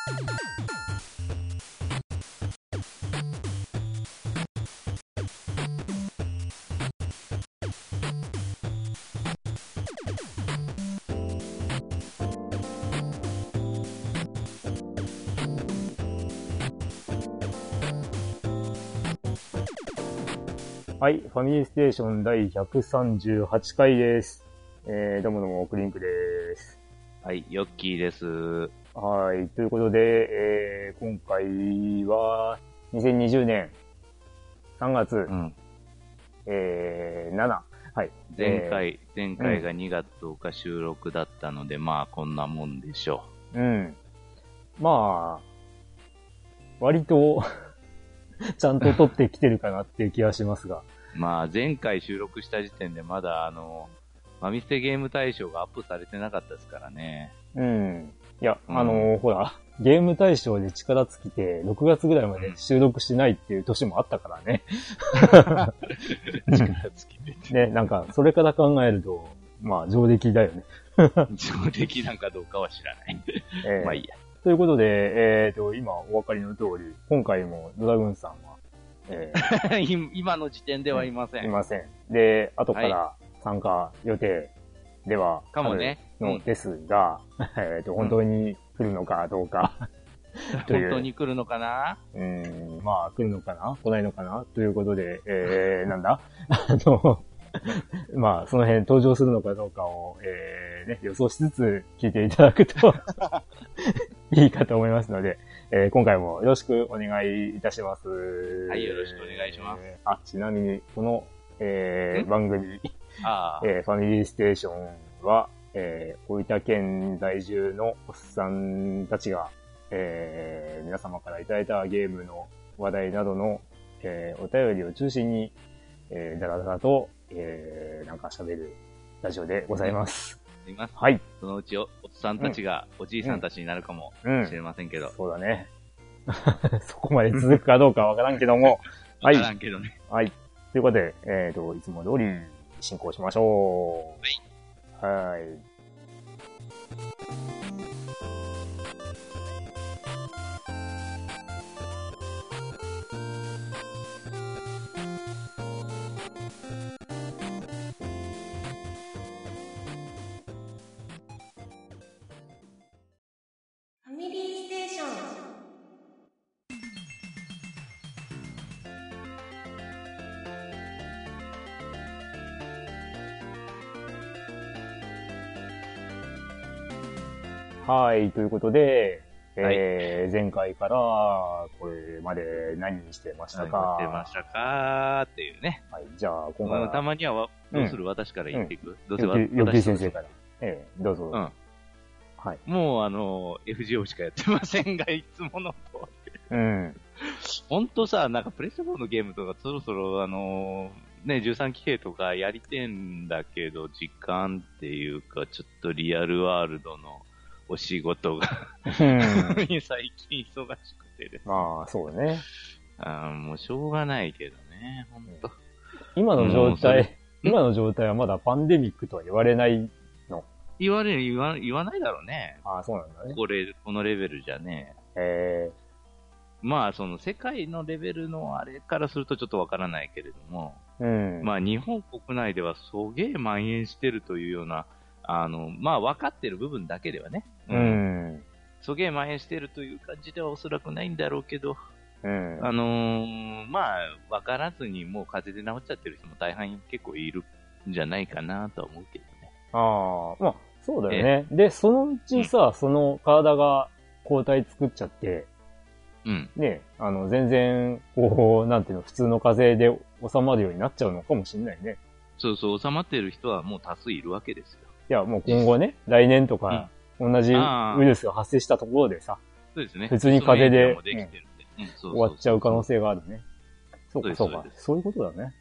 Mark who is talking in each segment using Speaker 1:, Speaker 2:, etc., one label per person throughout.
Speaker 1: はい、ファミリーステーション第138回です。どうもどうも、クリンクです。
Speaker 2: はい、ヨッキーです。
Speaker 1: はい、ということで、今回は2020年3月、7、はい。
Speaker 2: 前回が2月10日収録だったので、まあこんなもんでしょ
Speaker 1: う。まあ、割とちゃんと撮ってきてるかなっていう気はしますが。
Speaker 2: まあ前回収録した時点でまだファミステゲーム大賞がアップされてなかったですからね。
Speaker 1: いや、ほら、ゲーム大賞で力尽きて、6月ぐらいまで収録しないっていう年もあったからね。
Speaker 2: 力尽きて。
Speaker 1: ね、なんか、それから考えると、まあ、上出来だよね。
Speaker 2: 上出来なんかどうかは知らない。まあいいや。
Speaker 1: ということで、今お分かりの通り、今回もドラグーンさんは、
Speaker 2: 今の時点ではいません。
Speaker 1: いません。で、後から参加予定ではあるのですが、本当に来るのかどうか
Speaker 2: 本当に来るのかな？
Speaker 1: まあ来るのかな？来ないのかな？ということで、なんだまあその辺登場するのかどうかを、予想しつつ聞いていただくといいかと思いますので、今回もよろしくお願いいたします。
Speaker 2: はい、よろしくお願いします。
Speaker 1: ちなみにこの、番組ファミリーステーションは、大分県在住のおっさんたちが、皆様からいただいたゲームの話題などの、お便りを中心に、だらだらと、なんか喋るラジオでございます。はい。
Speaker 2: そのうちおっさんたちがおじいさんたちになるかもしれませんけど。
Speaker 1: そうだね。そこまで続くかどうかわからんけども。
Speaker 2: わからんけどね。
Speaker 1: はい。ということで、いつも通り進行しましょう。はい。
Speaker 3: ファミリーステーション。
Speaker 1: はい、ということで、前回からこれまで何してましたか？
Speaker 2: っていうね。
Speaker 1: はい、じゃあ今回は
Speaker 2: たまにはどうする？私から言っていく？どうせ
Speaker 1: ヨッキー先生から。どうぞ。
Speaker 2: はい。もうFGO しかやってませんが、いつものと。ほんとさ、なんかプレステ4のゲームとかそろそろ13期兵とかやりてんだけど、時間っていうか、ちょっとリアルワールドのお仕事が最近忙しくてですね。
Speaker 1: まあ、そうね。
Speaker 2: もうしょうがないけどね、ほんと。
Speaker 1: 今の状態はまだパンデミックとは言われないの？
Speaker 2: 言わないだろうね。
Speaker 1: そうなんだね。
Speaker 2: このレベルじゃね。まあ、その世界のレベルのあれからするとちょっとわからないけれども、まあ日本国内ではすげえ蔓延してるというような、まあ分かってる部分だけではね、すげえ蔓延してるという感じではおそらくないんだろうけど、まあ分からずにもう風邪で治っちゃってる人も大半結構いるんじゃないかなとは思うけどね。
Speaker 1: まあ、そうだよね。で、そのうちさ、その体が抗体作っちゃって、ね、全然、こう、なんていうの、普通の風邪で収まるようになっちゃうのかもしれないね。
Speaker 2: そうそう、収まってる人はもう多数いるわけですよ。
Speaker 1: いや、もう今後ね、来年とか、同じウイルスが発生したところでさ、
Speaker 2: そうですね。
Speaker 1: 普通に風邪で
Speaker 2: 終
Speaker 1: 終わっちゃう可能性があるね。そうか、そうか。そういうことだね。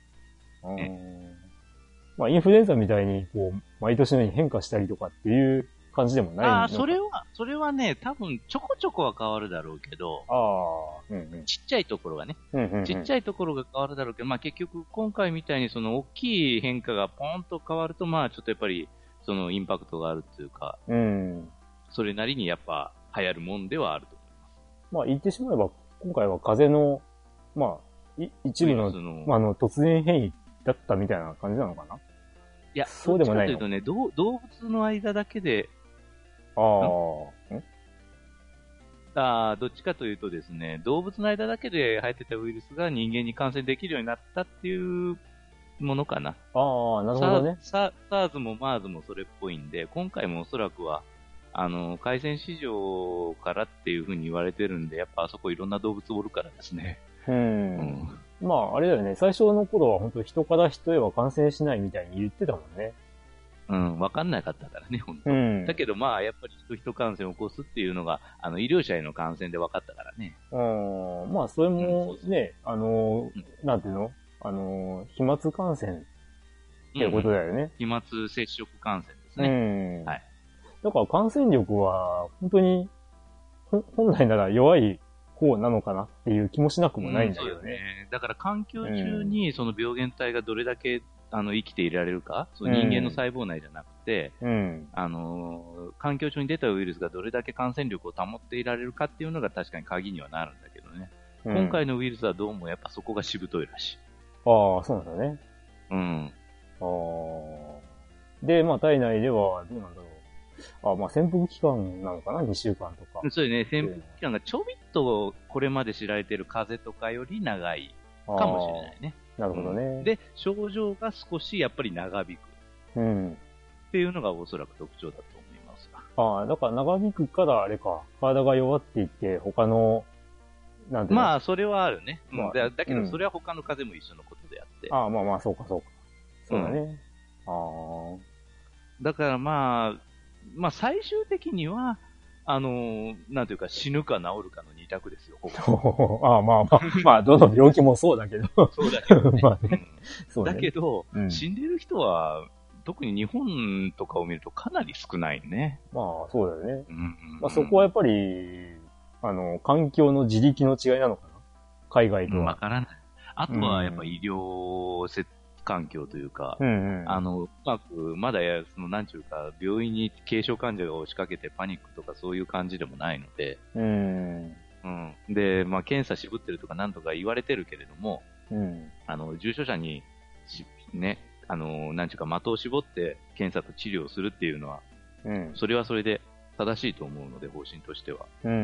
Speaker 1: まあ、インフルエンザみたいに、こう、毎年のように変化したりとかっていう感じでもないの？
Speaker 2: それはね、多分ちょこちょこは変わるだろうけど、ちっちゃいところがね、ちっちゃいところが変わるだろうけど、まあ結局今回みたいにその大きい変化がポンと変わると、まあちょっとやっぱりそのインパクトがあるっていうか、それなりにやっぱ流行るもんではあると思いま
Speaker 1: まあ言ってしまえば、今回は風邪の、まあ、一部の、まあ突然変異だったみたいな感じなのかな。
Speaker 2: いや、そうでもないの。というとね、動物の間だけで、どっちかというとですね、動物の間だけで生えてたウイルスが人間に感染できるようになったっていうものかな。
Speaker 1: なるほどね。
Speaker 2: SARS も MERS もそれっぽいんで、今回もおそらくは、海鮮市場からっていうふうに言われてるんで、やっぱあそこいろんな動物おるからですね。
Speaker 1: まあ、あれだよね。最初の頃は本当人から人へは感染しないみたいに言ってたもんね。
Speaker 2: わかんなかったからね、本当。だけどまあ、やっぱり人感染を起こすっていうのが、医療者への感染で分かったからね。
Speaker 1: まあ、それもね、なんていうの飛沫感染っていうことだよね。
Speaker 2: 飛沫接触感染ですね。はい。
Speaker 1: だから感染力は、本当に、本来なら弱い方なのかなっていう気もしなくもないんだよね。
Speaker 2: だから環境中にその病原体がどれだけ生きていられるか、人間の細胞内じゃなくて、環境中に出たウイルスがどれだけ感染力を保っていられるかっていうのが確かに鍵にはなるんだけどね。今回のウイルスはどうもやっぱそこがしぶといらしい。
Speaker 1: ああ、そうなんだね。で、まあ体内ではどうなんだろう。まあ潜伏期間なのかな ?2 週間とか。
Speaker 2: そうですね。潜伏期間がちょびっとこれまで知られている風邪とかより長いかもしれないね。
Speaker 1: なるほどね。
Speaker 2: で、症状が少しやっぱり長引く。っていうのがおそらく特徴だと思います。
Speaker 1: だから長引くからあれか。体が弱っていって、他の、
Speaker 2: なんていうの？まあ、それはあるね。だけど、それは他の風邪も一緒のことであって。
Speaker 1: まあまあ、そうか。そうだね。
Speaker 2: だからまあ、最終的には、なんていうか、死ぬか治るかの二択ですよ、
Speaker 1: まあ、どの病気もそうだけど。
Speaker 2: そうだけどね。
Speaker 1: まあね。
Speaker 2: だけど、死んでる人は、特に日本とかを見るとかなり少ないね。
Speaker 1: まあ、そうだよね。まあ、そこはやっぱり、環境の自力の違いなのかな海外とは。
Speaker 2: わからない。あとはやっぱ医療環境というか、まだなんちゅうか、病院に軽症患者が押しかけてパニックとかそういう感じでもないので、で、まあ、検査渋ってるとかなんとか言われてるけれども、重症者に、ね、なんちゅうか、的を絞って検査と治療をするっていうのは、それはそれで正しいと思うので、方針としては。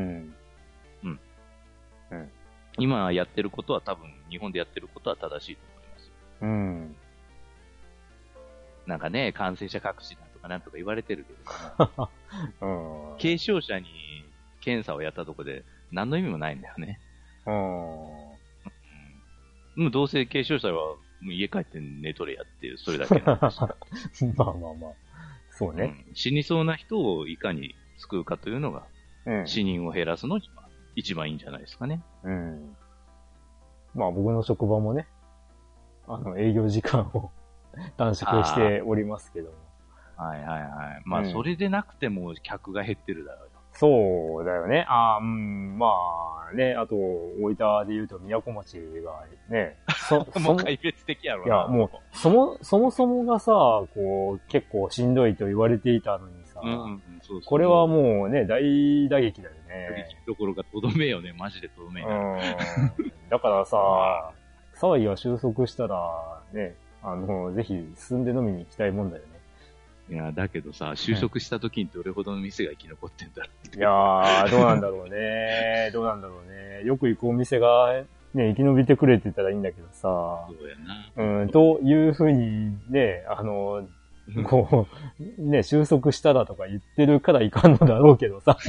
Speaker 2: 今やってることは多分、日本でやってることは正しいと思います。なんかね、感染者隠しだとかなんとか言われてるけど、軽症者に検査をやったとこで何の意味もないんだよね。もうどうせ軽症者はもう家帰って寝とれやっていう、それだけなんです。
Speaker 1: まあ。そうね、
Speaker 2: 死にそうな人をいかに救うかというのが、死人を減らすのに一番いいんじゃないですかね。
Speaker 1: まあ僕の職場もね、営業時間を短縮しておりますけども。
Speaker 2: まあ、それでなくても客が減ってるだろうよ。
Speaker 1: そうだよね。まあね、あと、大分で言うと宮古町がね、
Speaker 2: もう壊滅的やろな。
Speaker 1: いや、もう、そもそもがさ、こう、結構しんどいと言われていたのにさ、これはもうね、大打撃だよね。
Speaker 2: 打撃どころかとどめよね、マジでとどめよ。
Speaker 1: だからさ、騒ぎが収束したら、ね、ぜひ進んで飲みに行きたいもんだよね。
Speaker 2: いや、だけどさ、収束した時にどれほどの店が生き残ってんだろ
Speaker 1: う。いやー、どうなんだろうね。よく行くお店が、ね、生き延びてくれてたらいいんだけどさ。
Speaker 2: そうやな。
Speaker 1: というふうに、ね、こう、ね、収束したらとか言ってるからいかんのだろうけどさ。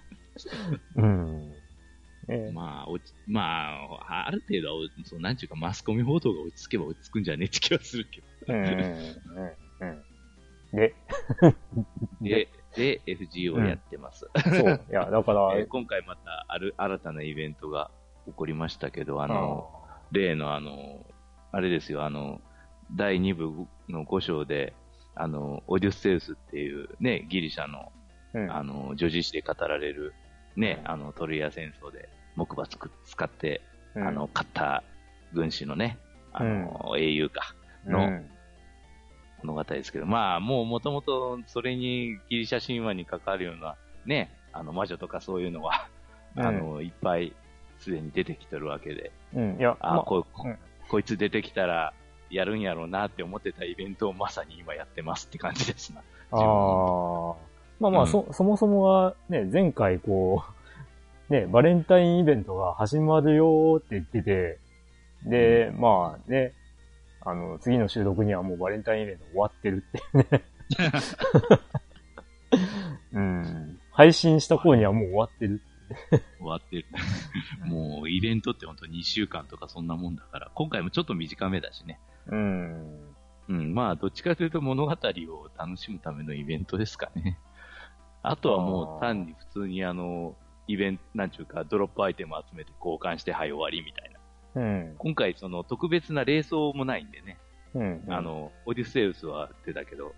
Speaker 2: まあ、ある程度は、そう、なんちゅうか、マスコミ報道が落ち着けば落ち着くんじゃねって気はするけど。で、FG をやってます。
Speaker 1: そう。いや、だから、
Speaker 2: 今回また新たなイベントが起こりましたけど、例のあれですよ、第2部の5章で、オデュッセウスっていうね、ギリシャの、女子誌で語られる、ね、トロイア戦争で木馬使って、勝った軍師のね、英雄か、の、物語ですけど、まあ、もともとそれにギリシャ神話に関わるような、ね、魔女とかそういうのは、 いっぱいすでに出てきてるわけで。
Speaker 1: いや、
Speaker 2: こいつ出てきたらやるんやろうなって思ってたイベントをまさに今やってますって感じですな。
Speaker 1: そもそもはね、前回ね、バレンタインイベントが始まるよって言ってて、で、まあね、次の収録にはもうバレンタインイベント終わってるってね。配信した頃にはもう終わってる。
Speaker 2: 終わってる。もうイベントってほんと2週間とかそんなもんだから、今回もちょっと短めだしね。まあどっちかというと物語を楽しむためのイベントですかね。あとはもう単に普通にイベント、なんちゅうか、ドロップアイテム集めて交換して、はい、終わりみたいな。今回、特別な霊装もないんでね。オデュッセウスは出たけど。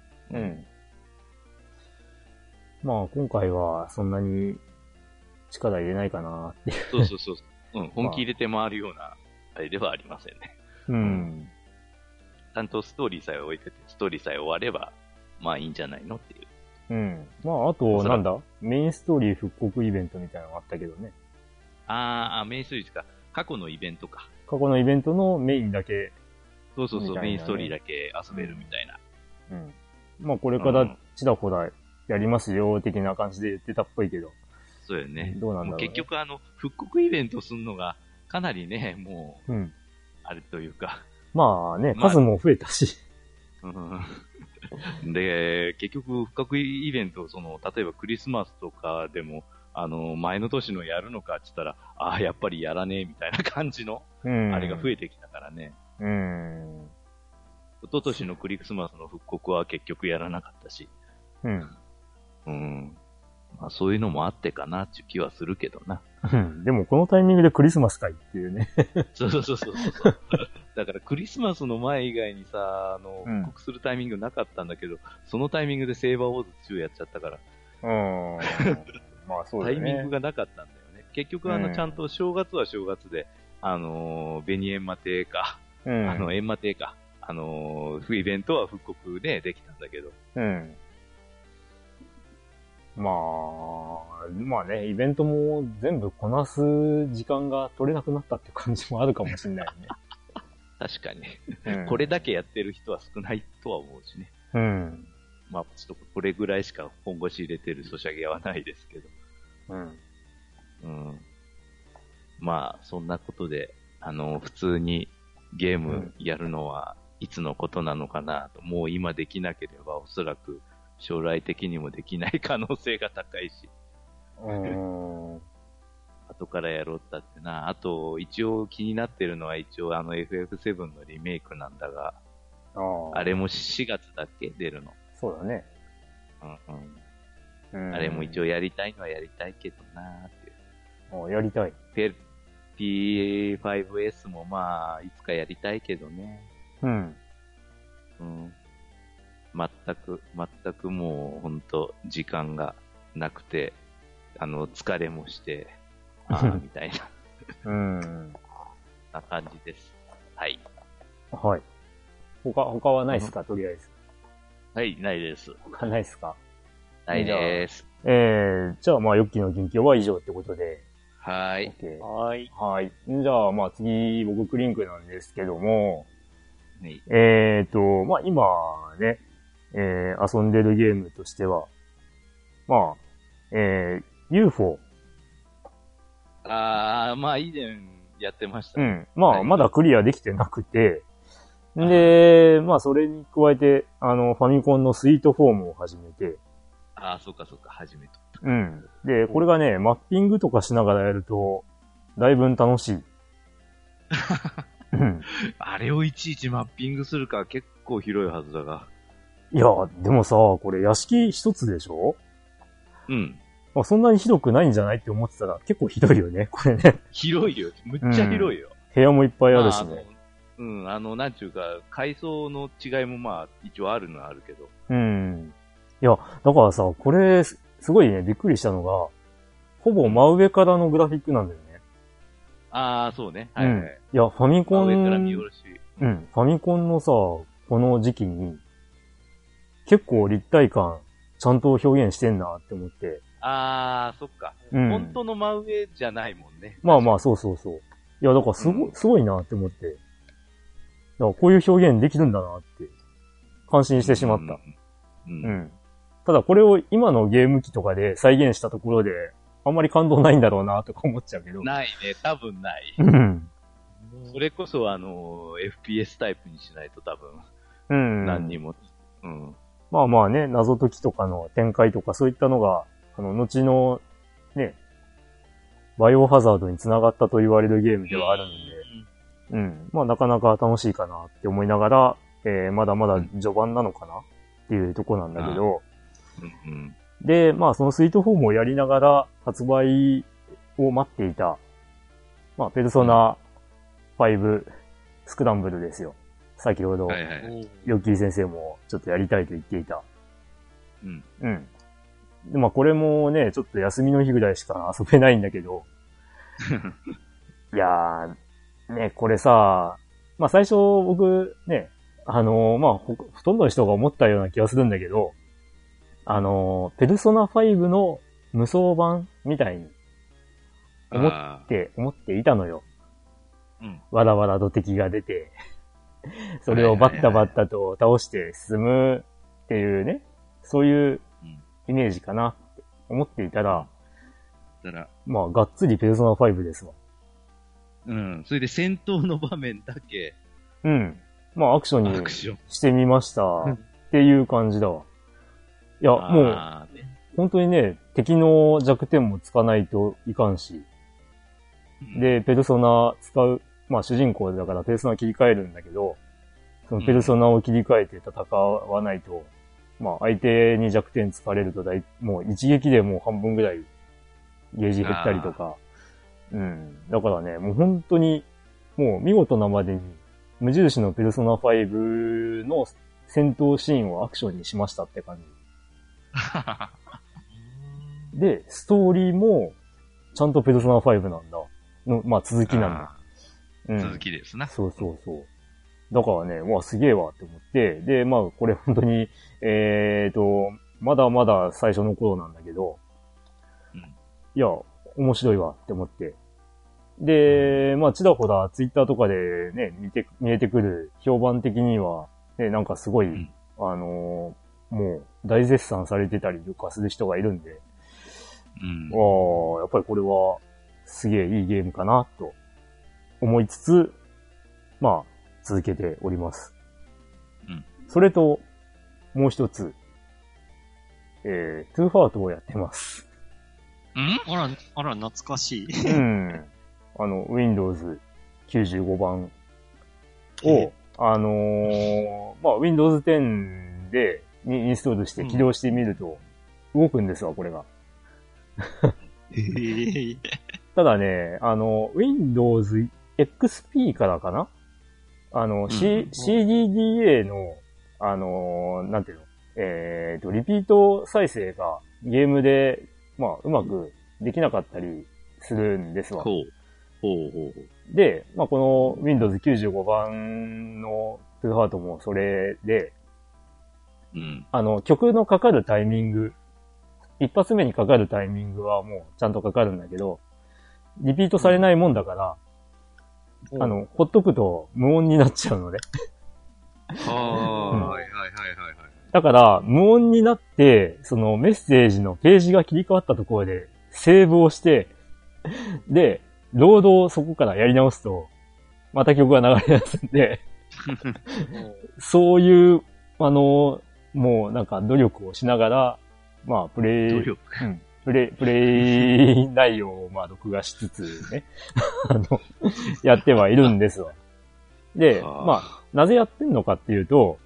Speaker 1: まあ、今回はそんなに力入れないかなっていう。
Speaker 2: そう。本気入れて回るような、あれではありませんね。ちゃんとストーリーさえ置いてて、ストーリーさえ終われば、まあいいんじゃないのっていう。
Speaker 1: まあ、あと、なんだメインストーリー復刻イベントみたいなのがあったけどね。
Speaker 2: メインストーリーですか。過去のイベントか。
Speaker 1: 過去のイベントのメインだけ。
Speaker 2: そう、メインストーリーだけ遊べるみたいな。
Speaker 1: まあ、これからちらほらやりますよ、的な感じで言ってたっぽいけど。
Speaker 2: そうよね。
Speaker 1: どうなんだろう、ね。
Speaker 2: 結局復刻イベントするのが、かなりね、もう、あれというか。
Speaker 1: まあね、数も増えたし。
Speaker 2: で、結局、復刻イベント、例えばクリスマスとかでも、前の年のやるのかって言ったら、やっぱりやらねえみたいな感じの、あれが増えてきたからね。一昨年のクリスマスの復刻は結局やらなかったし。まあそういうのもあってかなっていう気はするけどな。
Speaker 1: でもこのタイミングでクリスマスかいっていうね。
Speaker 2: そう。だからクリスマスの前以外にさ、復刻するタイミングなかったんだけど、そのタイミングでセーバーウォーズ2やっちゃったから。
Speaker 1: まあそうだね。
Speaker 2: タイミングがなかったんだよね。結局ちゃんと正月は正月で、紅閻魔亭か、閻魔亭か、イベントは復刻でできたんだけど。
Speaker 1: まあね、イベントも全部こなす時間が取れなくなったって感じもあるかもしれないね。
Speaker 2: 確かに、これだけやってる人は少ないとは思うしね。まあちょっとこれぐらいしか本腰入れてるソシャゲはないですけど。まあそんなことで、普通にゲームやるのはいつのことなのかなと、もう今できなければおそらく将来的にもできない可能性が高いし。後からやろうったってな。あと、一応気になってるのは一応FF7 のリメイクなんだが、あれも4月だっけ出るの。
Speaker 1: そうだね。
Speaker 2: あれも一応やりたいのはやりたいけどなーっていう。
Speaker 1: やりたい。
Speaker 2: P5S もまあ、いつかやりたいけどね。全くもう、ほんと、時間がなくて、疲れもして、みたいな。な感じです。はい。
Speaker 1: はい。他はないですか、とりあえず。
Speaker 2: はい、ないです。
Speaker 1: 他ないですか？
Speaker 2: ないです。
Speaker 1: じゃあまあ、ヨッキーの近況は以上ってことで。
Speaker 2: はい。
Speaker 1: はい。じゃあまあ次、僕クリンクなんですけども、
Speaker 2: はい、
Speaker 1: まあ今ね、遊んでるゲームとしては、まあ、UFO。
Speaker 2: まあ以前やってましたね。
Speaker 1: まあ、まだクリアできてなくて、で、まあそれに加えて、ファミコンのスイートフォームを始めて。
Speaker 2: そうか、始めと。
Speaker 1: で、これがね、マッピングとかしながらやると、だいぶ楽しい。
Speaker 2: あれをいちいちマッピングするか結構広いはずだが。
Speaker 1: いや、でもさ、これ屋敷一つでしょ？まあ、そんなにひどくないんじゃないって思ってたら結構ひどいよね、これね。
Speaker 2: 広いよ。むっちゃ広いよ。
Speaker 1: 部屋もいっぱいあるしね。
Speaker 2: なんちゅうか、階層の違いもまあ、一応あるのはあるけど。
Speaker 1: いや、だからさ、これ、すごいね、びっくりしたのが、ほぼ真上からのグラフィックなんだよね。
Speaker 2: そうね。
Speaker 1: はい。いや、ファミコン、
Speaker 2: 上から見下ろし。
Speaker 1: ファミコンのさ、この時期に、結構立体感、ちゃんと表現してんなって思って。
Speaker 2: そっか。本当の真上じゃないもんね。
Speaker 1: まあまあ、そうそうそう。いや、だからすごいなって思って。だからこういう表現できるんだなって、感心してしまった。ただこれを今のゲーム機とかで再現したところで、あんまり感動ないんだろうなとか思っちゃうけど。
Speaker 2: ないね、多分ない。それこそFPS タイプにしないと多分、何にも。まあまあね、謎解きとかの展開とかそういったのが、後の、ね、バイオハザードに繋がったと言われるゲームではあるので、まあなかなか楽しいかなって思いながら、まだまだ序盤なのかなっていうとこなんだけど、で、まあそのスイートフォームをやりながら発売を待っていた、まあペルソナ5スクランブルですよ。先ほど、ヨッキー先生もちょっとやりたいと言っていた。で、まあこれもね、ちょっと休みの日ぐらいしか遊べないんだけど。いやー、ね、これさ、まあ最初僕ね、まあほとんどの人が思ったような気がするんだけど、ペルソナ5の無双版みたいに思っていたのよ。わらわらと敵が出て、それをバッタバッタと倒して進むっていうね、そういうイメージかなって思っていたら、まあ、がっつりペルソナ5ですわ。 それで戦闘の場面だけ。
Speaker 1: まあ、アクションにしてみましたっていう感じだわ。いや、もう、本当にね、敵の弱点もつかないといかんし、で、ペルソナ使う、まあ主人公だからペルソナ切り替えるんだけど、そのペルソナを切り替えて戦わないと、まあ相手に弱点使われるともう一撃でもう半分ぐらいゲージ減ったりとか、だからね、もう本当に、もう見事なまでに、無印のペルソナ5の戦闘シーンをアクションにしましたって感じ。で、ストーリーも、ちゃんとペルソナ5なんだ。まあ続きなんだ。
Speaker 2: 続きですな。
Speaker 1: そうそうそう。だからね、わ、すげえわって思って、で、まあこれ本当に、まだまだ最初の頃なんだけど、いや、面白いわって思って。で、まあちらほらツイッターとかでね、見えてくる評判的には、ね、なんかすごい、もう大絶賛されてたりとかする人がいるんで、やっぱりこれはすげえいいゲームかなと思いつつ、まあ続けております。それともう一つ、トゥーハートをやってます。
Speaker 4: あら、懐かしい。
Speaker 1: Windows 95番を、まあ、Windows 10でインストールして起動してみると、動くんですわ、これが。ただね、Windows XP からかなCDDA の、なんていうのリピート再生がゲームで、まあ、うまくできなかったりするんですわ。で、まあ、この Windows 95番のトゥーハートもそれで、曲のかかるタイミング、一発目にかかるタイミングはもうちゃんとかかるんだけど、リピートされないもんだから、ほっとくと無音になっちゃうのね。だから、無音になって、そのメッセージのページが切り替わったところで、セーブをして、で、ロードをそこからやり直すと、また曲が流れ出すんで、そういう、もうなんか努力をしながら、まあ、プレイ内容をまあ録画しつつね、やってはいるんですわ。で、まあ、なぜやってんのかっていうと、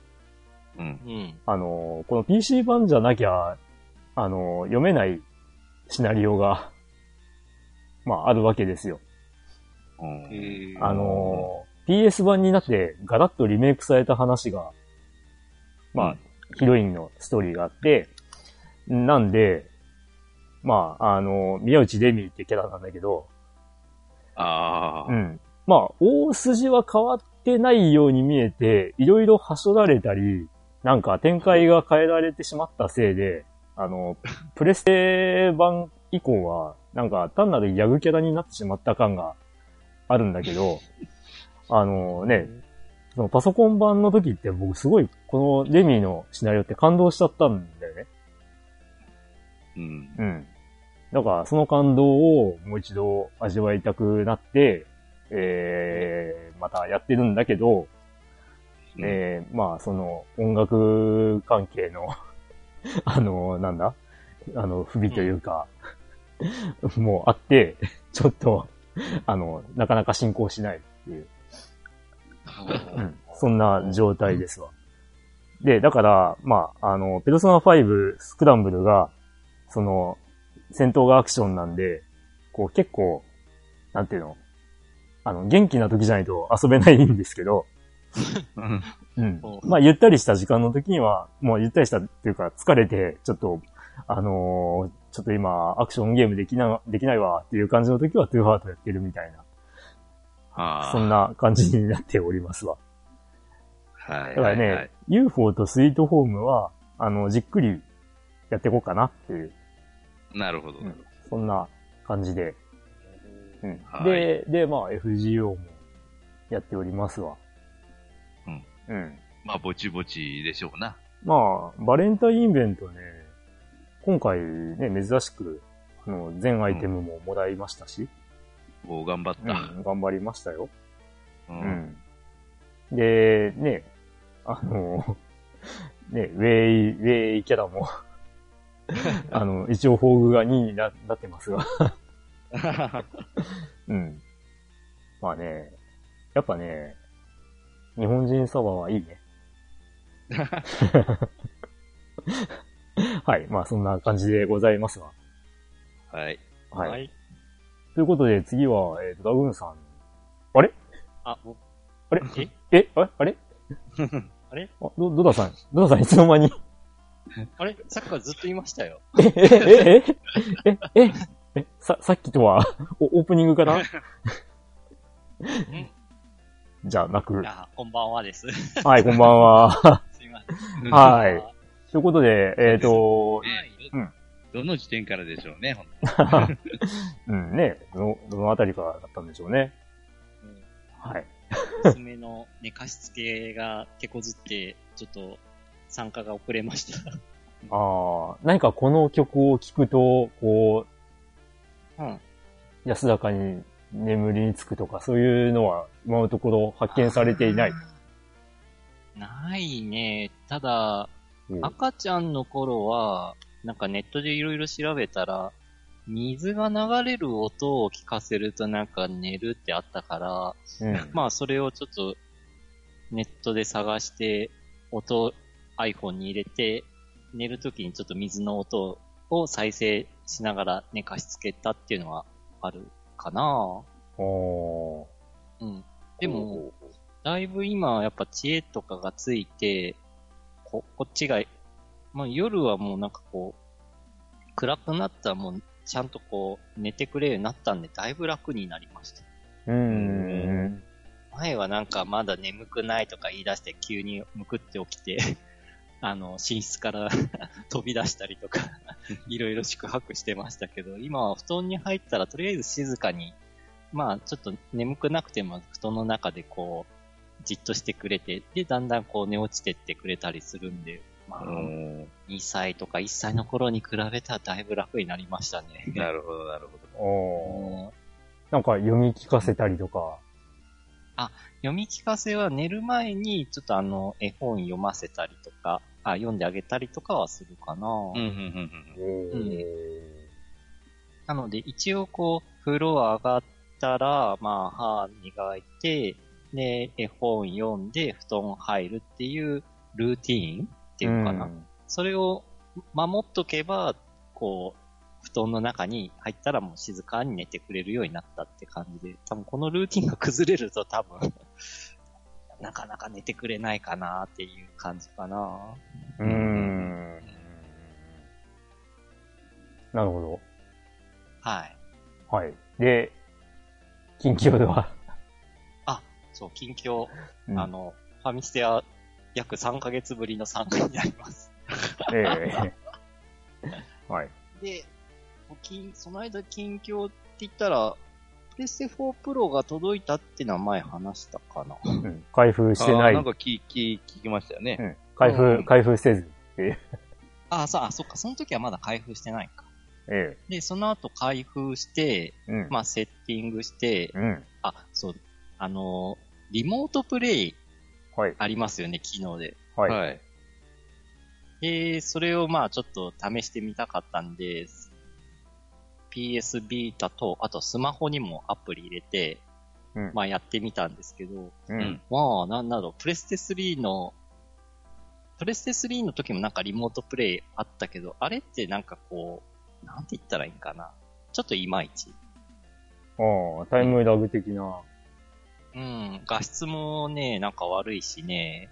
Speaker 1: この PC 版じゃなきゃ、読めないシナリオが、まあ、あるわけですよ。PS 版になってガラッとリメイクされた話が、まあ、ヒロインのストーリーがあって、なんで、まあ、宮内レミーってキャラなんだけど、まあ、大筋は変わってないように見えて、いろいろはしょられたり、なんか展開が変えられてしまったせいで、 プレステ版以降は、なんか単なるギャグキャラになってしまった感があるんだけど、ね、そのパソコン版の時って僕すごいこのレミーのシナリオって感動しちゃったんだよね。うん。だからその感動をもう一度味わいたくなって、またやってるんだけど、まあその音楽関係のなんだ不備というか、もうあって、ちょっと、なかなか進行しないっていう。そんな状態ですわ。で、だから、まあ、ペルソナ5スクランブルが、その、戦闘がアクションなんで、こう結構、なんていうの、元気な時じゃないと遊べないんですけど、うん。まあ、ゆったりした時間の時には、もうゆったりしたっていうか、疲れて、ちょっと、ちょっと今、アクションゲームできないわっていう感じの時は、トゥーハートやってるみたいな。そんな感じになっておりますわ。はい。だからね、UFO とスイートホームは、じっくりやっていこうかなっていう。
Speaker 2: なるほど。
Speaker 1: そんな感じで。で、まあ、FGO もやっておりますわ。
Speaker 2: まあ、ぼちぼちでしょうな。
Speaker 1: まあ、バレンタインイベントね、今回ね、珍しく、全アイテムももらいましたし。
Speaker 2: 頑張った。
Speaker 1: 頑張りましたよ。で、ね、ね、ウェイキャラも、一応フォーグが2になってますが。まあね、やっぱね、日本人サバはいいね。はい。まあ、そんな感じでございますわ。
Speaker 2: はい。
Speaker 1: はい。ということで、次は、ダグーンさん。あれあれあれ
Speaker 4: あれ
Speaker 1: ドダさんいつの間に
Speaker 4: あれさっきからずっといましたよ。
Speaker 1: さっきとは、オープニングかなじゃなく。
Speaker 4: こんばんはです。
Speaker 1: はい、こんばんは。
Speaker 4: すいません。
Speaker 1: はい。ということで、
Speaker 2: どの時点からでしょうね、
Speaker 1: ね、どのあたりからだったんでしょうね。はい。
Speaker 4: 娘の寝かしつけが手こずって、ちょっと参加が遅れました。
Speaker 1: 何かこの曲を聴くと、こう、安らかに眠りにつくとか、そういうのは今のところ発見されていない。
Speaker 4: ないね。ただ、赤ちゃんの頃は、なんかネットでいろいろ調べたら、水が流れる音を聞かせるとなんか寝るってあったから、まあそれをちょっとネットで探して、音 iPhone に入れて、寝るときにちょっと水の音を再生しながら寝かしつけたっていうのはあるかな。でも、だいぶ今やっぱ知恵とかがついて、こっちが、まあ夜はもうなんかこう、暗くなったらもうちゃんとこう寝てくれるようになったんでだいぶ楽になりました。前はなんかまだ眠くないとか言い出して急にむくって起きて、寝室から飛び出したりとか、いろいろ宿泊してましたけど、今は布団に入ったらとりあえず静かに、まあちょっと眠くなくても布団の中でこう、じっとしてくれて、で、だんだんこう寝落ちてってくれたりするんで、まあ、2歳とか1歳の頃に比べたらだいぶ楽になりましたね。
Speaker 2: なるほど、なるほ
Speaker 1: ど。なんか読み聞かせたりとか。
Speaker 4: 読み聞かせは寝る前にちょっと絵本読ませたりとか、読んであげたりとかはするかな。なので一応こう、風呂上がったら、まあ歯磨いて、で、絵本読んで布団入るっていうルーティーンっていうかな。それを守っとけば、こう、布団の中に入ったらもう静かに寝てくれるようになったって感じで、多分このルーティンが崩れると多分、なかなか寝てくれないかなっていう感じかな。
Speaker 1: なるほど。
Speaker 4: はい。
Speaker 1: はい。で、近況では
Speaker 4: そう、近況、ファミステは約3ヶ月ぶりの参加になります。
Speaker 1: はい。
Speaker 4: で、その間近況って言ったら、プレステ4プロが届いたってのは前話したかな。
Speaker 1: うん。開封してない。
Speaker 2: なんか聞きましたよね。
Speaker 1: うん。開封せずっていう。
Speaker 4: そっか。その時はまだ開封してないか。
Speaker 1: え
Speaker 4: え。で、その後開封して、まあ、セッティングして、そう。リモートプレイ、ありますよね、機能で。
Speaker 2: はい。
Speaker 4: それをまあ、ちょっと試してみたかったんで、PS ビータと、あとスマホにもアプリ入れて、まあやってみたんですけど、まあ、なんだろう、プレステ3の時もなんかリモートプレイあったけど、あれってなんかこう、なんて言ったらいいんかな。ちょっといまいち。
Speaker 1: タイムラグ的な。
Speaker 4: 画質もね、なんか悪いしね。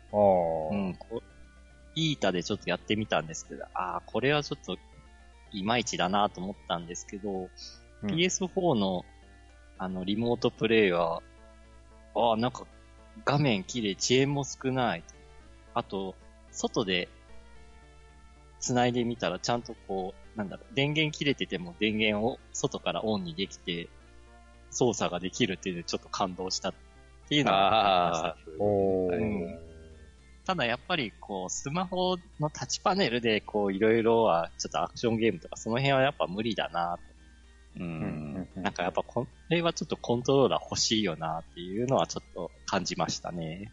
Speaker 4: ビータでちょっとやってみたんですけど、これはちょっと、いまいちだなと思ったんですけど、PS4 のリモートプレイは、なんか画面綺麗、遅延も少ない。あと、外で繋いでみたらちゃんとこう、電源切れてても電源を外からオンにできて、操作ができるっていうのでちょっと感動したっていうのがありました。ただやっぱりこう、スマホのタッチパネルでこう、いろいろは、ちょっとアクションゲームとかその辺はやっぱ無理だなと。なんかやっぱこれはちょっとコントローラー欲しいよなっていうのはちょっと感じましたね。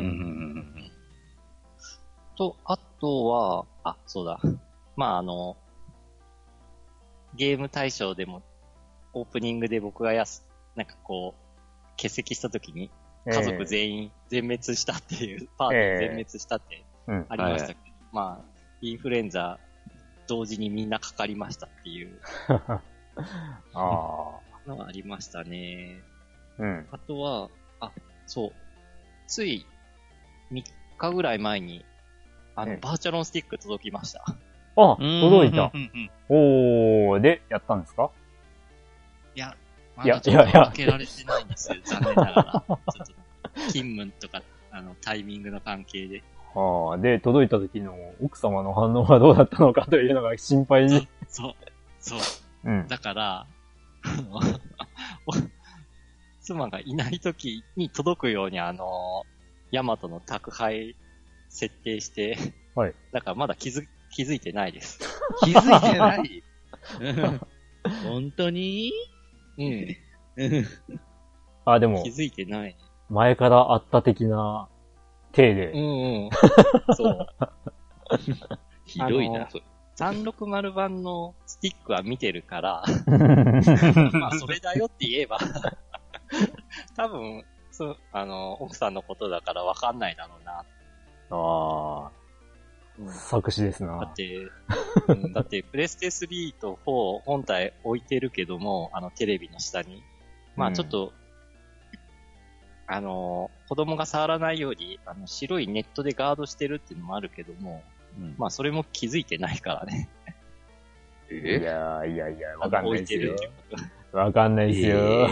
Speaker 4: と、あとは、そうだ。まあゲーム大賞でもオープニングで僕がなんかこう、欠席した時に、家族全員全滅したっていう、パーティー全滅したってありましたけど、まあ、インフルエンザ同時にみんなかかりましたっていうのがありましたね。あとは、そう、つい3日ぐらい前に、バーチャロンスティック届きました。
Speaker 1: 届いた。で、やったんですか？
Speaker 4: いや、まだちょっと開けられてないんですよ。残念ながら。ちょっと勤務とか、タイミングの関係で。
Speaker 1: で、届いた時の奥様の反応はどうだったのかというのが心配に。
Speaker 4: そう。だから、妻がいない時に届くようにヤマトの宅配設定して、だからまだ気づいてないです。
Speaker 2: 気づいてない本当に？
Speaker 1: でも。
Speaker 4: 気づいてない。
Speaker 1: 前からあった的な体で。
Speaker 4: そう。
Speaker 2: ひどいな、それ。
Speaker 4: 360版のスティックは見てるから、まあそれだよって言えば、多分、奥さんのことだからわかんないだろうな。
Speaker 1: 作詞ですな。
Speaker 4: だって、プレステ3と4本体置いてるけども、テレビの下に。まあちょっと、子供が触らないように、白いネットでガードしてるっていうのもあるけども、まあそれも気づいてないからね。
Speaker 1: いや、わかんないですよ。わかんないですよ。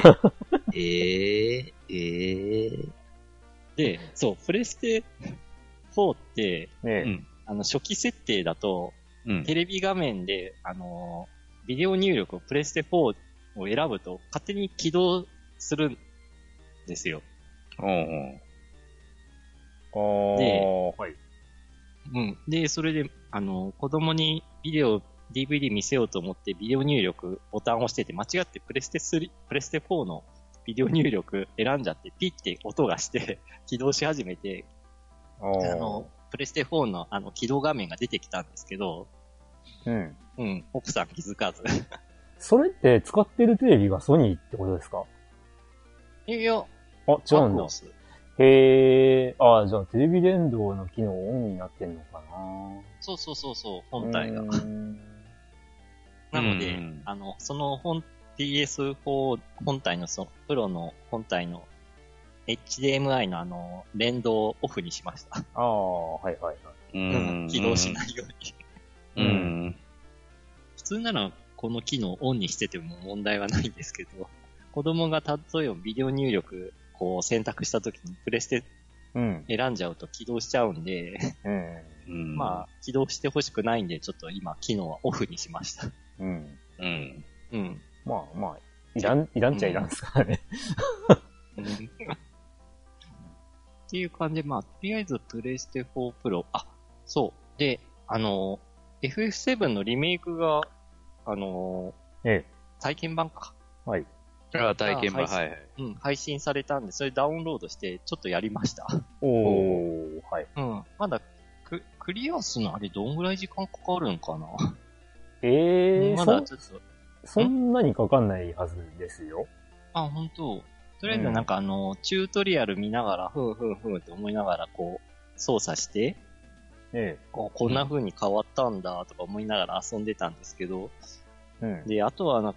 Speaker 1: で、そう、
Speaker 4: プレステ4って、初期設定だと、テレビ画面で、ビデオ入力をプレステ4を選ぶと勝手に起動するんですよ。で、それで、子供にDVD 見せようと思ってビデオ入力ボタンを押してて、間違ってプレステ4のビデオ入力選んじゃって、ピッて音がして起動し始めて、プレステ4の起動画面が出てきたんですけど、奥さん気づかず。
Speaker 1: それって使ってるテレビがソニーってことですか？
Speaker 4: いや、
Speaker 1: 違うんだ。へじゃあテレビ連動の機能オンになってんのかな？
Speaker 4: そう、本体が。なので、そのPS4 本体のプロの本体の HDMI の連動をオフにしました。起動しないように。普通ならこの機能をオンにしてても問題はないんですけど、子供が例えばビデオ入力こう選択した時にプレステ選んじゃうと起動しちゃうんで、 まあ、起動してほしくないんで、ちょっと今、機能はオフにしました。
Speaker 1: うん。
Speaker 4: うん。うん。
Speaker 1: まあまあ、いらんっちゃいらんですからね。
Speaker 4: っていう感じで、まあ、とりあえずプレイステ4 Pro、そう。で、FF7 のリメイクが、体験版か。
Speaker 1: はい。
Speaker 2: 体験版、はい。
Speaker 4: 配信されたんで、それダウンロードして、ちょっとやりました。
Speaker 1: はい。
Speaker 4: まだ、クリアするのあれどんぐらい時間かかるんかな
Speaker 1: まだちょっと。そんなにかかんないはずですよ。
Speaker 4: 本当。とりあえずなんかチュートリアル見ながら、ふんって思いながらこう、操作して、こんな風に変わったんだとか思いながら遊んでたんですけど、で、あとはなんか、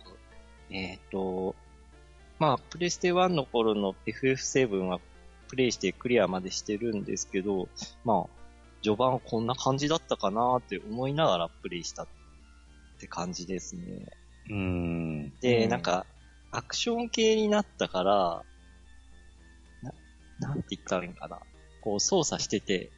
Speaker 4: まあ、プレステ1の頃の FF7 はプレイしてクリアまでしてるんですけど、まあ、序盤こんな感じだったかなって思いながらプレイしたって感じですね。で、なんか、アクション系になったから、なんて言ったらいいんかな。こう操作してて、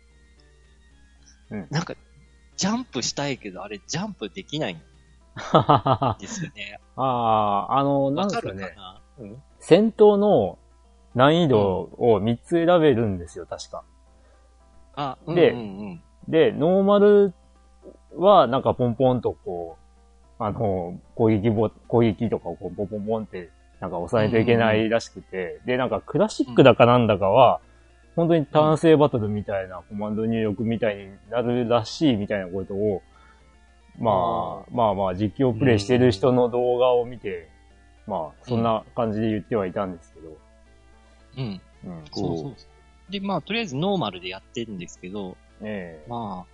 Speaker 4: なんか、ジャンプしたいけど、あれジャンプできないんですよね。
Speaker 1: なんかね、戦闘の難易度を3つ選べるんですよ、確か。で、ノーマルはなんかポンポンとこう、攻撃とかをこうポンポンポンってなんか押さないといけないらしくて、で、なんかクラシックだかなんだかは、本当に単性バトルみたいな、コマンド入力みたいになるらしいみたいなことを、まあ、実況プレイしてる人の動画を見て、まあ、そんな感じで言ってはいたんですけど。
Speaker 4: そう。で、まあ、とりあえずノーマルでやってるんですけど、まあ、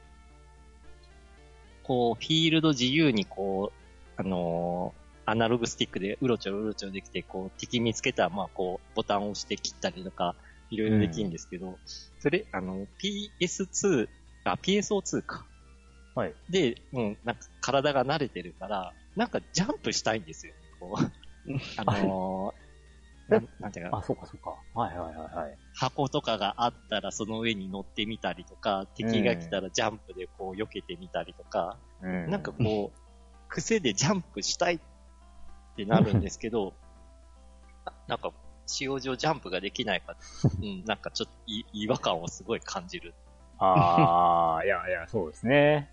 Speaker 4: こう、フィールド自由にこう、アナログスティックでうろちょろできて、こう、敵見つけたら、まあ、こう、ボタンを押して切ったりとか、いろいろできるんですけど、それ、PSO2 か。
Speaker 1: はい。
Speaker 4: で、なんか体が慣れてるから、なんかジャンプしたいんですよ。こうなんていうか。
Speaker 1: そうか。はい。
Speaker 4: 箱とかがあったらその上に乗ってみたりとか、敵が来たらジャンプでこう避けてみたりとか、なんかこう、癖でジャンプしたいってなるんですけど、なんか、使用上ジャンプができないから、なんかちょっと違和感をすごい感じる。
Speaker 1: いや、そうですね。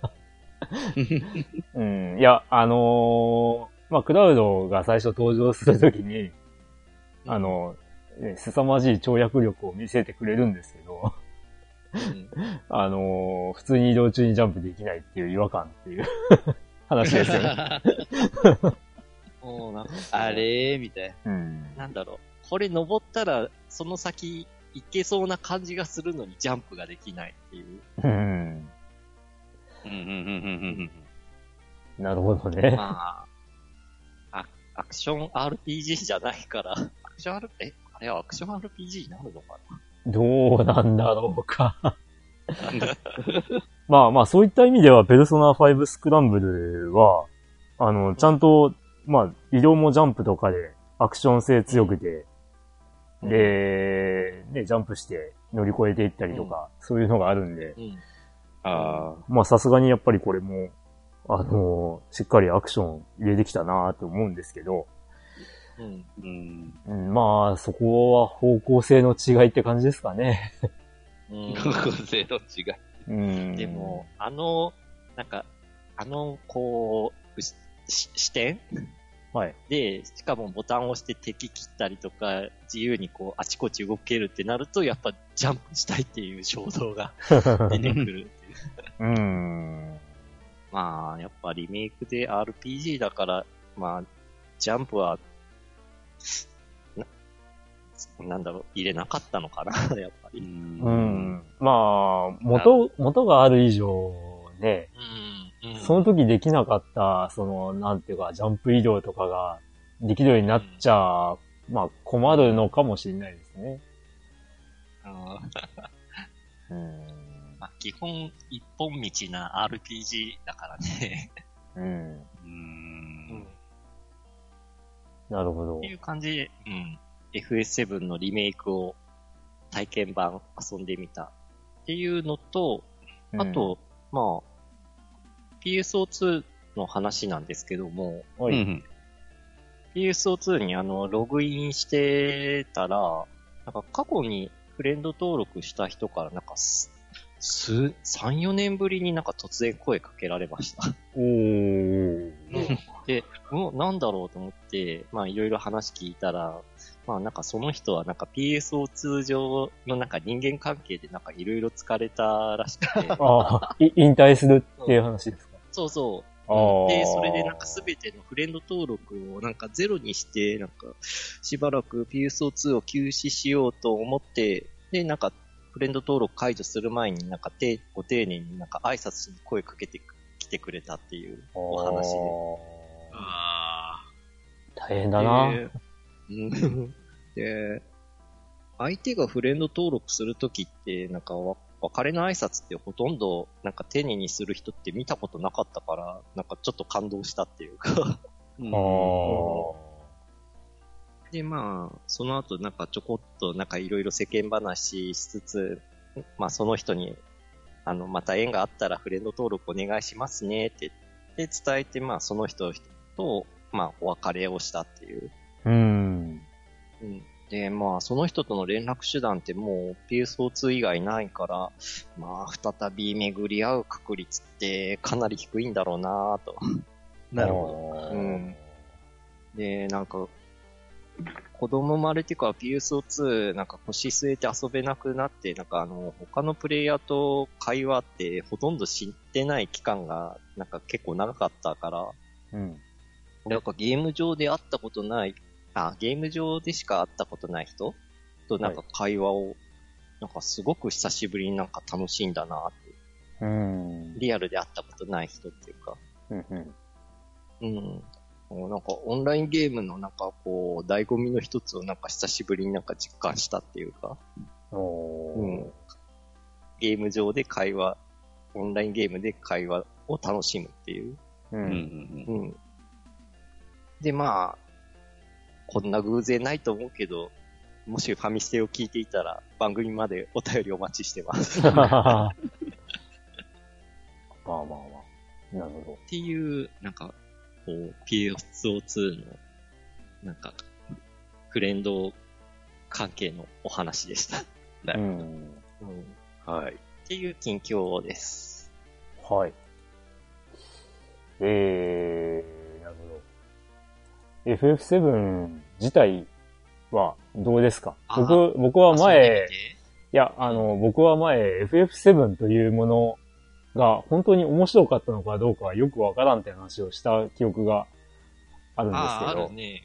Speaker 1: いや、まあ、クラウドが最初登場するときに、凄まじい跳躍力を見せてくれるんですけど、普通に移動中にジャンプできないっていう違和感っていう話ですよね。
Speaker 2: あれーみたい
Speaker 4: な。なんだろう。これ登ったら、その先行けそうな感じがするのにジャンプができないっていう。
Speaker 1: なるほどね。
Speaker 4: まあ、アクション RPG じゃないから、あれはアクション RPG になるのかな？
Speaker 1: どうなんだろうか。まあ、そういった意味では、ペルソナ5スクランブルは、ちゃんと、まあ、移動もジャンプとかで、アクション性強くて、で、ね、ジャンプして乗り越えていったりとか、そういうのがあるんで、まあ、さすがにやっぱりこれも、しっかりアクション入れてきたなと思うんですけど、まあ、そこは方向性の違いって感じですかね。
Speaker 2: 方向性の違
Speaker 4: い。でも、なんか、こう、視点で、しかもボタンを押して敵切ったりとか、自由にこう、あちこち動けるってなると、やっぱジャンプしたいっていう衝動が出てくるっていう。まあ、やっぱリメイクで RPG だから、まあ、ジャンプは、なんだろう、入れなかったのかな、やっぱり。
Speaker 1: まあ、元がある以上ね、その時できなかった、なんていうか、ジャンプ移動とかができるようになっちゃ、まあ、困るのかもしれないですね。
Speaker 4: まあ、基本、一本道な RPG だからね。
Speaker 1: なるほど。
Speaker 4: っていう感じで、FS7 のリメイクを体験版遊んでみたっていうのと、 あと、まあ、PSO2 の話なんですけども、
Speaker 1: はい、
Speaker 4: PSO2 にログインしてたら、なんか過去にフレンド登録した人からなんか3、4年ぶりになんか突然声かけられました。
Speaker 1: おー。
Speaker 4: で、なんだろうと思って、まあいろいろ話聞いたら、まあなんかその人はなんか PSO2 上のなんか人間関係でなんかいろいろ疲れたらしくて。
Speaker 1: 引退するっていう話ですか？
Speaker 4: そうそう。で、それでなんかすべてのフレンド登録をなんかゼロにして、なんかしばらく PSO2 を休止しようと思って、で、なんかフレンド登録解除する前になんかご丁寧になんか挨拶に声かけてきてくれたっていうお話で。
Speaker 1: 大変だな。
Speaker 4: で、相手がフレンド登録するときって、なんか別れの挨拶ってほとんどなんか丁寧にする人って見たことなかったから、なんかちょっと感動したっていうかで、まあ、その後なんかちょこっとなんかいろいろ世間話しつつ、まあその人に、また縁があったらフレンド登録お願いしますねってで伝えて、まあその人と、まあお別れをしたっていう。で、まあ、その人との連絡手段ってもう PSO2 以外ないから、まあ、再び巡り合う確率ってかなり低いんだろうなぁと。
Speaker 2: なるほど。
Speaker 4: で、なんか、子供生まれてから PSO2 なんか腰据えて遊べなくなって、なんか他のプレイヤーと会話ってほとんど知ってない期間がなんか結構長かったから、なんかゲーム上で会ったことないゲーム上でしか会ったことない人となんか会話を、なんかすごく久しぶりになんか楽しんだなって。リアルで会ったことない人っていうか。なんかオンラインゲームのなんかこう、醍醐味の一つをなんか久しぶりになんか実感したっていうか。ゲーム上で会話、オンラインゲームで会話を楽しむっていう。で、まあ、こんな偶然ないと思うけど、もしファミステを聞いていたら番組までお便りお待ちしてます。まあ。
Speaker 1: なるほど。
Speaker 4: っていう、なんか、こう、PSO2 の、なんか、フレンド関係のお話でした。
Speaker 2: はい。
Speaker 4: っていう近況です。
Speaker 1: はい。なるほど。FF7 自体はどうですか？僕は前、僕は前 FF7 というものが本当に面白かったのかどうかはよくわからんって話をした記憶があるんですけど。
Speaker 4: あるね。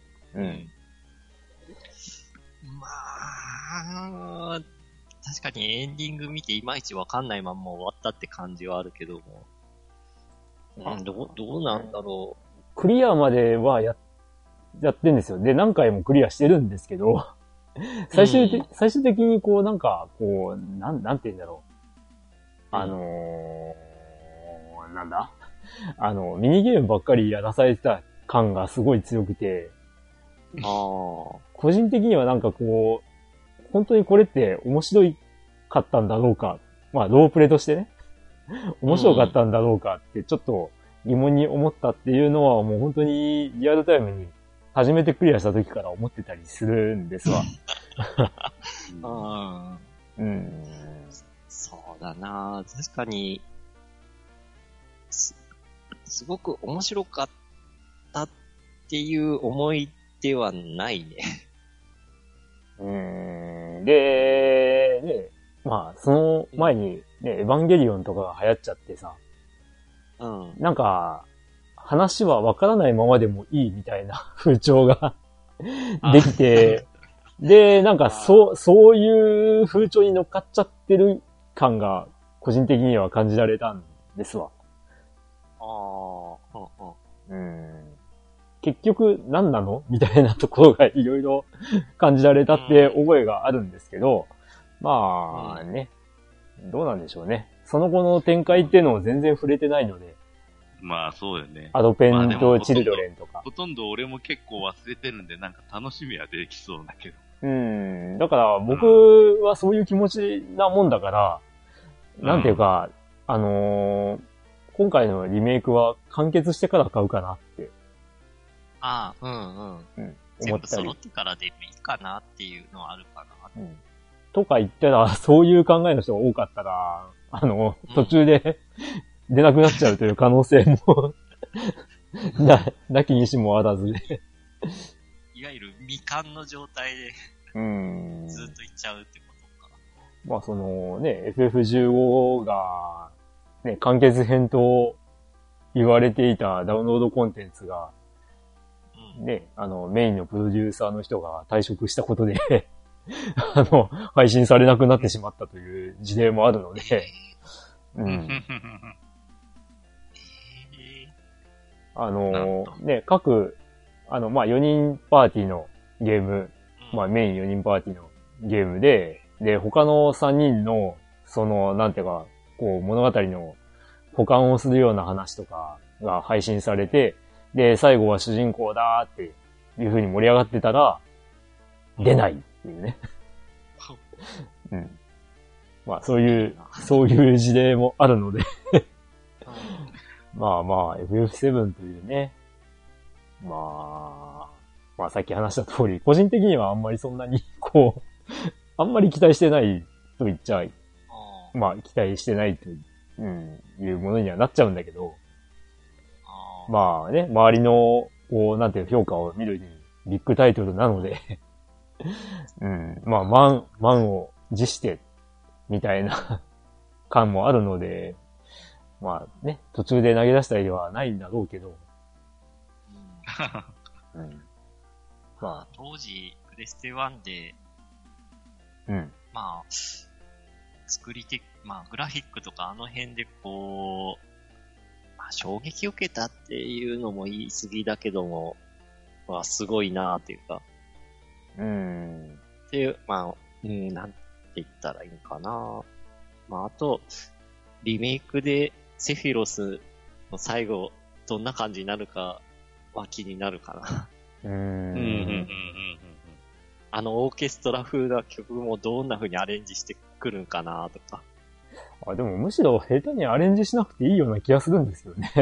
Speaker 4: まあ、確かにエンディング見ていまいちわかんないまま終わったって感じはあるけども。どうなんだろ
Speaker 1: う。クリアまではやってんですよ。で、何回もクリアしてるんですけど、最終的にこうなんか、こう、なんて言うんだろう。なんだミニゲームばっかりやらされてた感がすごい強くて、個人的にはなんかこう、本当にこれって面白かったんだろうか。まあ、ロープレとしてね。面白かったんだろうかってちょっと疑問に思ったっていうのはもう本当にリアルタイムに初めてクリアした時から思ってたりするんですわ。
Speaker 4: そうだなぁ。確かに、すごく面白かったっていう思いではないね。
Speaker 1: で、まあ、その前にね、エヴァンゲリオンとかが流行っちゃってさ、なんか、話はわからないままでもいいみたいな風潮ができて、で、なんかそういう風潮に乗っかっちゃってる感が個人的には感じられたんですわ。結局何なのみたいなところがいろいろ感じられたって覚えがあるんですけど、まあね、どうなんでしょうね。その後の展開っていうのを全然触れてないので。
Speaker 2: まあそうよね。
Speaker 1: アドペンとチルドレンとか。
Speaker 2: ほとんど俺も結構忘れてるんで、なんか楽しみはできそうだけど。
Speaker 1: だから僕はそういう気持ちなもんだから、なんていうか、 今回のリメイクは完結してから買うかなって。
Speaker 4: ああ、うんうん。うん、全部揃ってからでもいいかなっていうのはあるかな。うん。
Speaker 1: とか言ったら、そういう考えの人が多かったら、途中で出なくなっちゃうという可能性もなきにしもあらずで。
Speaker 4: いわゆる未完の状態でずっといっちゃうってことか。
Speaker 1: まあそのね、FF15 が、ね、完結編と言われていたダウンロードコンテンツが、ね、メインのプロデューサーの人が退職したことで配信されなくなってしまったという事例もあるので、うん。ね、各、まあ、4人パーティーのゲーム、まあ、メイン4人パーティーのゲームで、他の3人の、なんていうか、こう、物語の補完をするような話とかが配信されて、で、最後は主人公だーっていう風に盛り上がってたら、出ないっていうね。うん。まあ、そういう事例もあるのでまあまあ、FF7 というね。まあさっき話した通り、個人的にはあんまりそんなに、こう、あんまり期待してないと言っちゃい。まあ、期待してないと、いうものにはなっちゃうんだけど。まあね、周りの、こう、なんていう評価を見るに、ビッグタイトルなのでまあ、満を持して、みたいな感もあるので、まあね、途中で投げ出したりはないんだろうけど。
Speaker 4: まあ、当時、プレステ1で、まあ、まあ、グラフィックとかあの辺でこう、まあ、衝撃を受けたっていうのも言い過ぎだけども、まあ、すごいなっていうか。っていう、まあ、なんて言ったらいいのかな。まあ、あと、リメイクでセフィロスの最後、どんな感じになるかは気になるかな。オーケストラ風な曲もどんな風にアレンジしてくるんかなとか。
Speaker 1: でもむしろ下手にアレンジしなくていいような気がするんですよね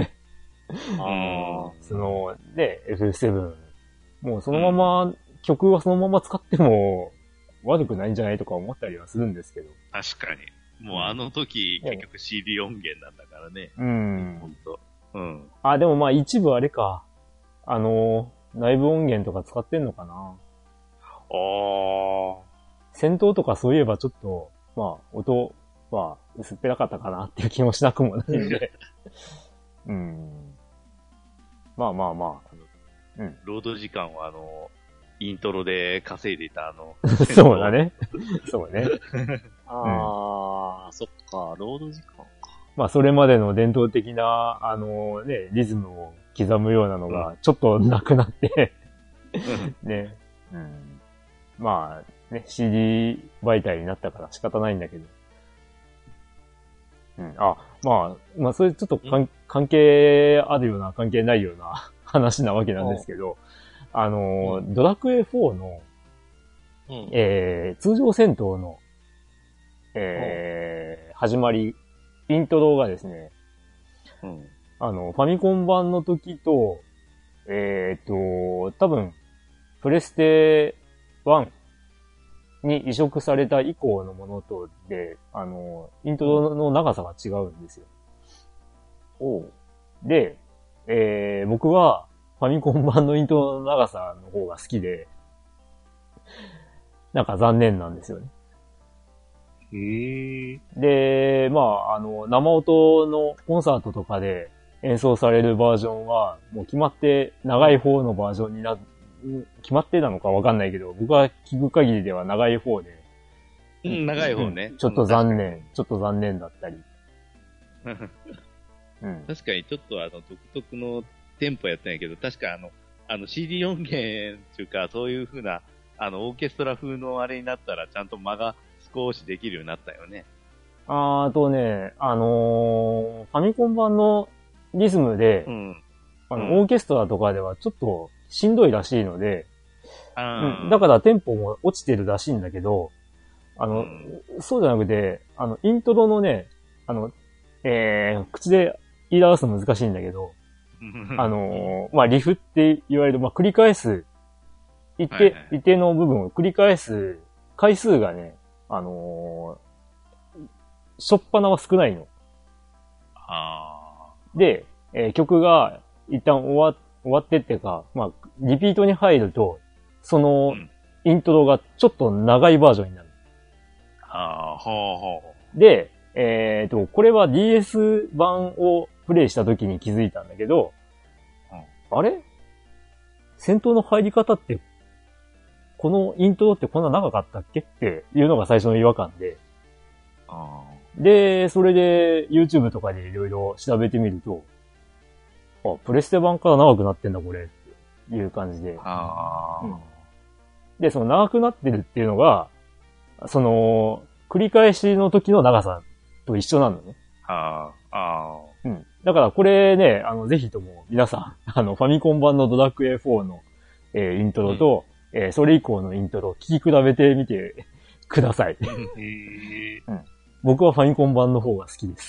Speaker 1: FF7。もうそのまま、曲はそのまま使っても悪くないんじゃないとか思ったりはするんですけど。
Speaker 2: 確かに。もうあの時、結局 CD 音源なんだからね。本
Speaker 1: 当。でもまあ一部あれか。内部音源とか使ってんのかな。戦闘とかそういえばちょっと、まあ音は薄っぺらかったかなっていう気もしなくもないんで。まあ。
Speaker 2: ロード時間はイントロで稼いでいた
Speaker 1: そうだね。そうね。
Speaker 4: そっか、ロード時間か。
Speaker 1: まあ、それまでの伝統的な、リズムを刻むようなのが、ちょっとなくなってね。まあ、ね、CD 媒体になったから仕方ないんだけど。まあ、それちょっと関係あるような、関係ないような話なわけなんですけど、ドラクエ4の、通常戦闘の、始まり、イントロがですね、ファミコン版の時と、多分、プレステ1に移植された以降のものとで、イントロの長さが違うんですよ。で、僕は、ファミコン版のイントロの長さの方が好きで、なんか残念なんですよね。で、まあ、生音のコンサートとかで演奏されるバージョンは、もう決まって長い方のバージョンに決まってなのかわかんないけど、僕は聞く限りでは長い方で。
Speaker 2: 長い方ね。
Speaker 1: ちょっと残念だったり。
Speaker 2: 確かにちょっと独特のテンポやったんやけど、確かCD 音源っていうか、そういう風な、オーケストラ風のあれになったら、ちゃんと間が少しできるようになったよね。
Speaker 1: あとね、ファミコン版のリズムで、オーケストラとかではちょっとしんどいらしいので、だからテンポも落ちてるらしいんだけど、そうじゃなくて、イントロのね、 口で言い表すの難しいんだけど、まあ、リフって言われる、まあ、繰り返す、一定の部分を繰り返す回数がね、しょっぱなは少ないの。で、曲が一旦終わってっていうか、まあ、リピートに入ると、その、イントロがちょっと長いバージョンになる。で、これは DS 版をプレイした時に気づいたんだけど、あれ戦闘の入り方って、このイントロってこんな長かったっけっていうのが最初の違和感で。で、それで YouTube とかでいろいろ調べてみると、あ、プレステ版から長くなってんだこれっていう感じで。で、その長くなってるっていうのが、その、繰り返しの時の長さと一緒なのね。うん。だからこれね、ぜひとも皆さん、ファミコン版のドラクエ4の、イントロと、それ以降のイントロを聞き比べてみてください。うん、僕はファミコン版の方が好きです。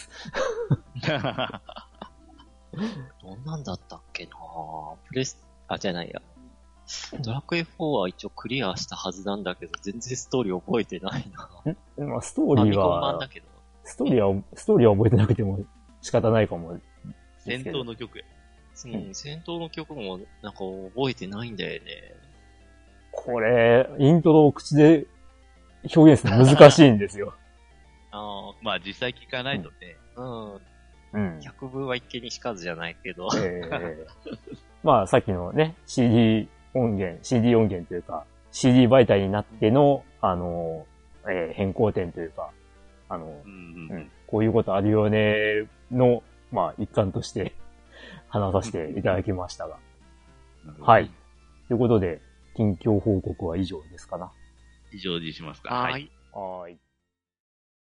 Speaker 4: どんなんだったっけなじゃないや。ドラクエ4は一応クリアしたはずなんだけど、全然ストーリー覚えてないな。
Speaker 1: まあ、ストーリーは覚えてなくても仕方ないかも。
Speaker 2: 戦闘の曲や。
Speaker 4: 戦闘の曲もなんか覚えてないんだよね。
Speaker 1: これ、イントロを口で表現するの難しいんですよ。
Speaker 2: まあ実際聞かないとね。
Speaker 4: 百聞は一見にしかずじゃないけど。
Speaker 1: まあさっきのね、CD 音源というか、CD 媒体になっての、変更点というか、こういうことあるよね、の、まあ一環として話させていただきましたが。はい。ということで、近況報告は以上ですかな。
Speaker 2: 以上にしますか。
Speaker 1: はい。はい。